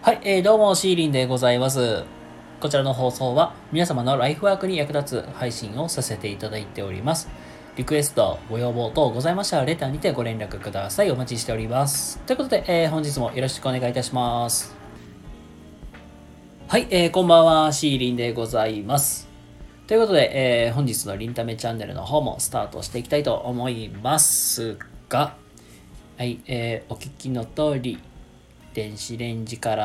はい、どうも、シーリンでございます。こちらの放送は皆様のライフワークに役立つ配信をさせていただいております。リクエスト、ご要望等ございましたらレターにてご連絡ください。お待ちしております。ということで、本日もよろしくお願いいたします。はい、こんばんは、シーリンでございます。ということで、本日のリンタメチャンネルの方もスタートしていきたいと思いますが、はい、お聞きの通り、電子レンジから、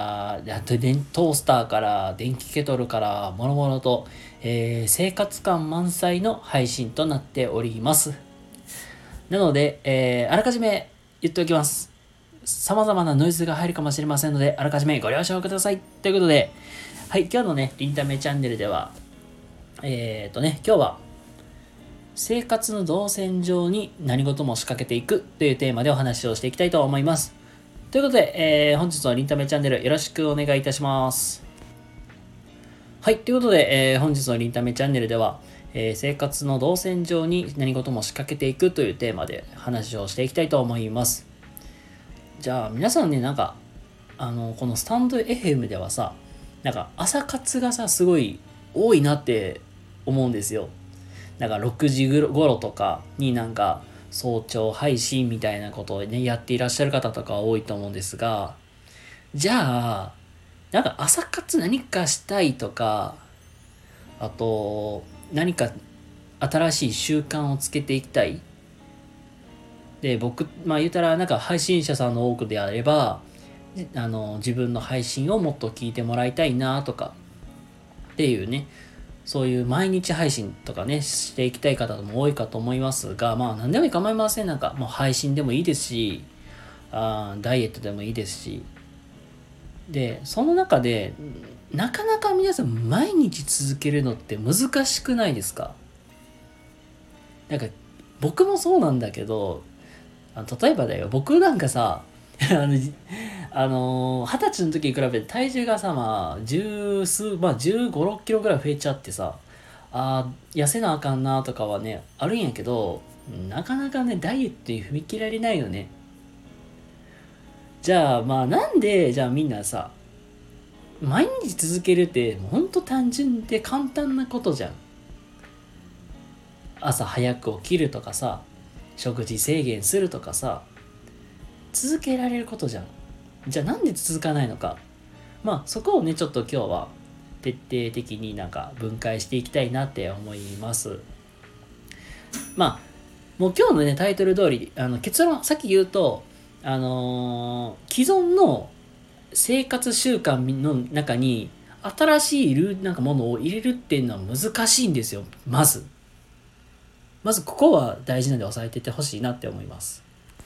トースターから、電気ケトルから、もろもろと、生活感満載の配信となっております。なので、あらかじめ言っておきます。様々なノイズが入るかもしれませんので、あらかじめご了承ください。ということで、はい、今日のね、リンタメチャンネルでは、今日は、生活の動線上に何事も仕掛けていくというテーマでお話をしていきたいと思います。ということで、本日のリンタメチャンネルよろしくお願いいたします。はい、ということで、本日のリンタメチャンネルでは、生活の動線上に何事も仕掛けていくというテーマで話をしていきたいと思います。じゃあ皆さんね、このスタンド FM ではさ、朝活がさ、すごい多いなって思うんですよ。6時頃とかに早朝配信みたいなことをね、やっていらっしゃる方とか多いと思うんですが、じゃあ、朝活何かしたいとか、あと、何か新しい習慣をつけていきたい。で、僕、言ったら配信者さんの多くであれば、自分の配信をもっと聞いてもらいたいなとか、っていうね、そういう毎日配信とかね、していきたい方も多いかと思いますが、何でもいい構いません。もう配信でもいいですし、ダイエットでもいいですし。で、その中で、なかなか皆さん毎日続けるのって難しくないですか？僕もそうなんだけど、例えばだよ、僕さ、20歳の時に比べて体重がさ、15、6キロぐらい増えちゃってさ、痩せなあかんなとかはね、あるんやけど、なかなかね、ダイエットに踏み切られないよね。じゃあ、じゃあみんなさ、毎日続けるってほんと単純で簡単なことじゃん。朝早く起きるとかさ、食事制限するとかさ、続けられることじゃん。じゃあなんで続かないのか。そこをね、ちょっと今日は徹底的に分解していきたいなって思います。もう今日のね、タイトル通り、結論、さっき言うと、既存の生活習慣の中に新しいものを入れるっていうのは難しいんですよ。まずここは大事なんで押さえててほしいなって思います。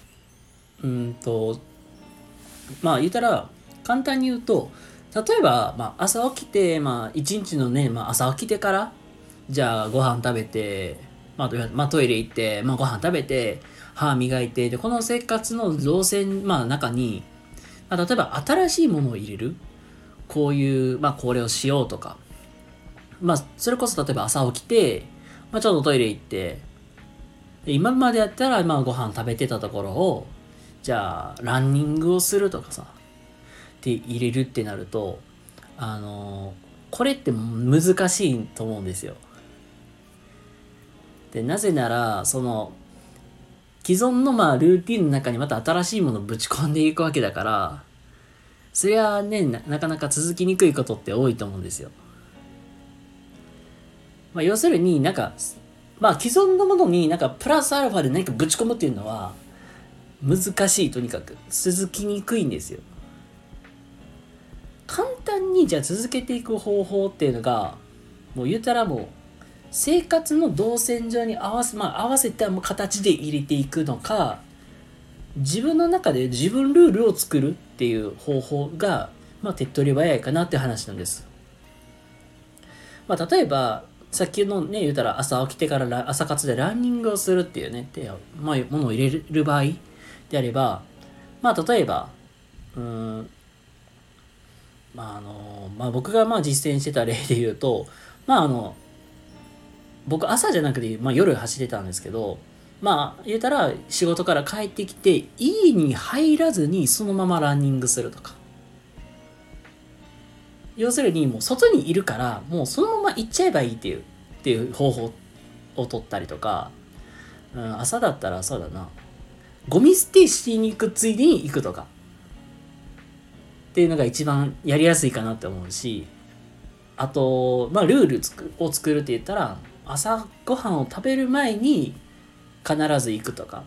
言ったら簡単に言うと、例えば、朝起きて、一日のね、朝起きてからじゃあご飯食べて、トイレ行って、ご飯食べて歯磨いて、でこの生活の動線、中に、例えば新しいものを入れる、こういう、これをしようとか、それこそ例えば朝起きて、ちょっとトイレ行って、今までやったら、ご飯食べてたところを、じゃあ、ランニングをするとかさ、って入れるってなると、これって難しいと思うんですよ。で、なぜなら、その、既存のルーティンの中にまた新しいものをぶち込んでいくわけだから、そりゃね、なかなか続きにくいことって多いと思うんですよ。要するに既存のものにプラスアルファで何かぶち込むっていうのは難しい。とにかく続きにくいんですよ。簡単にじゃあ続けていく方法っていうのが、もう言ったらもう生活の動線上に合わせた形で入れていくのか、自分の中で自分ルールを作るっていう方法が手っ取り早いかなって話なんです。例えばさっきのね、言うたら朝起きてから朝活でランニングをするっていうね、ものを入れる場合であれば、例えば、僕が実践してた例で言うと、僕朝じゃなくて、夜走ってたんですけど、言うたら仕事から帰ってきて、家に入らずにそのままランニングするとか。 要するにもう外にいるからもうそのまま行っちゃえばいいっていう方法を取ったりとか、朝だったらそうだな、ゴミ捨てしに行くついでに行くとかっていうのが一番やりやすいかなって思うし、あとルールを作るって言ったら、朝ごはんを食べる前に必ず行くとか、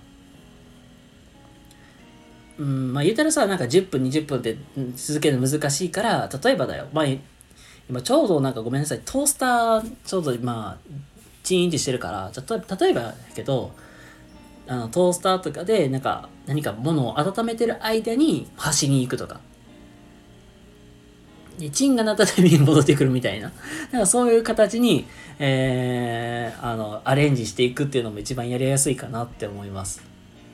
言ったらさ、なんか10分20分って続けるの難しいから、例えばだよ、今ちょうどなんかごめんなさい、トースターちょうどチーンってしてるから、例えばだけど、トースターとかでなんか何か物を温めてる間に端に行くとか、でチンが鳴ったタイミングに戻ってくるみたいな、なんかそういう形に、アレンジしていくっていうのも一番やりやすいかなって思います。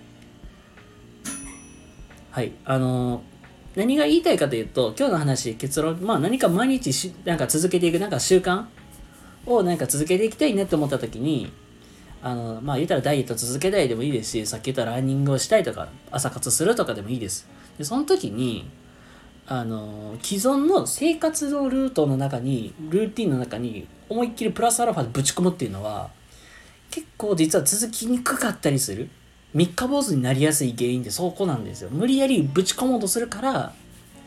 はい、何が言いたいかというと、今日の話結論、何か毎日なんか続けていくなんか習慣をなんか続けていきたいなって思った時に、言ったらダイエット続けたいでもいいですし、さっき言ったランニングをしたいとか朝活するとかでもいいです。でその時に既存の生活のルーティンの中に思いっきりプラスアルファでぶち込むっていうのは結構実は続きにくかったりする。三日坊主になりやすい原因ってそこなんですよ。無理やりぶち込もうとするから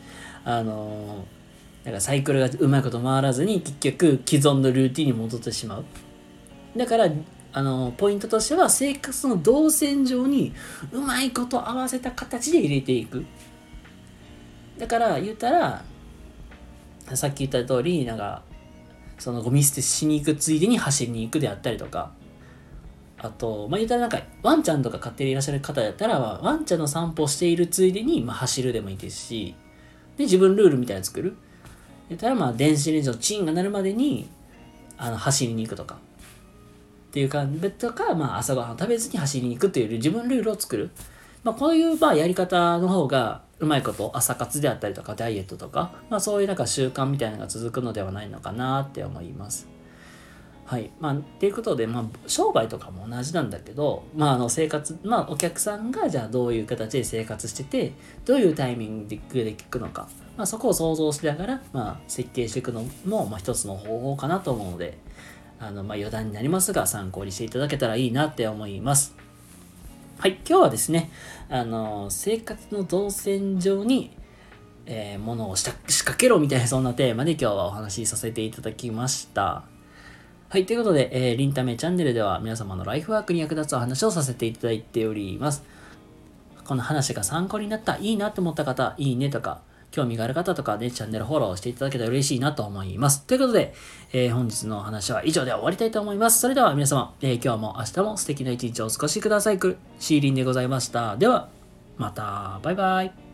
なんかサイクルがうまいこと回らずに結局既存のルーティンに戻ってしまう。だからポイントとしては生活の動線上にうまいこと合わせた形で入れていく。だから言ったらさっき言った通り、なんかそのゴミ捨てしに行くついでに走りに行くであったりとか、あと言ったらなんかワンちゃんとか飼っていらっしゃる方だったらワンちゃんの散歩をしているついでに走るでもいいですし、で自分ルールみたいなの作る。言ったら電子レンジのチンが鳴るまでに走りに行くとかっていう感じとか、朝ごはん食べずに走りに行くという自分ルールを作る。こういうやり方の方がうまいこと朝活であったりとかダイエットとか、そういうなんか習慣みたいなのが続くのではないのかなって思います。はい。っていうことで、商売とかも同じなんだけど、生活、お客さんがじゃあどういう形で生活してて、どういうタイミングで聞くのか、そこを想像しながら、設計していくのも、一つの方法かなと思うので、余談になりますが、参考にしていただけたらいいなって思います。はい。今日はですね、生活の動線上に、物を仕掛けろみたいなそんなテーマで今日はお話しさせていただきました。はい。ということで、リンタメチャンネルでは皆様のライフワークに役立つお話をさせていただいております。この話が参考になった、いいなと思った方、いいねとか、興味がある方とかでチャンネルフォローしていただけたら嬉しいなと思います。ということで、本日のお話は以上で終わりたいと思います。それでは皆様、今日も明日も素敵な一日をお過ごしください。シーリンでございました。では、また。バイバイ。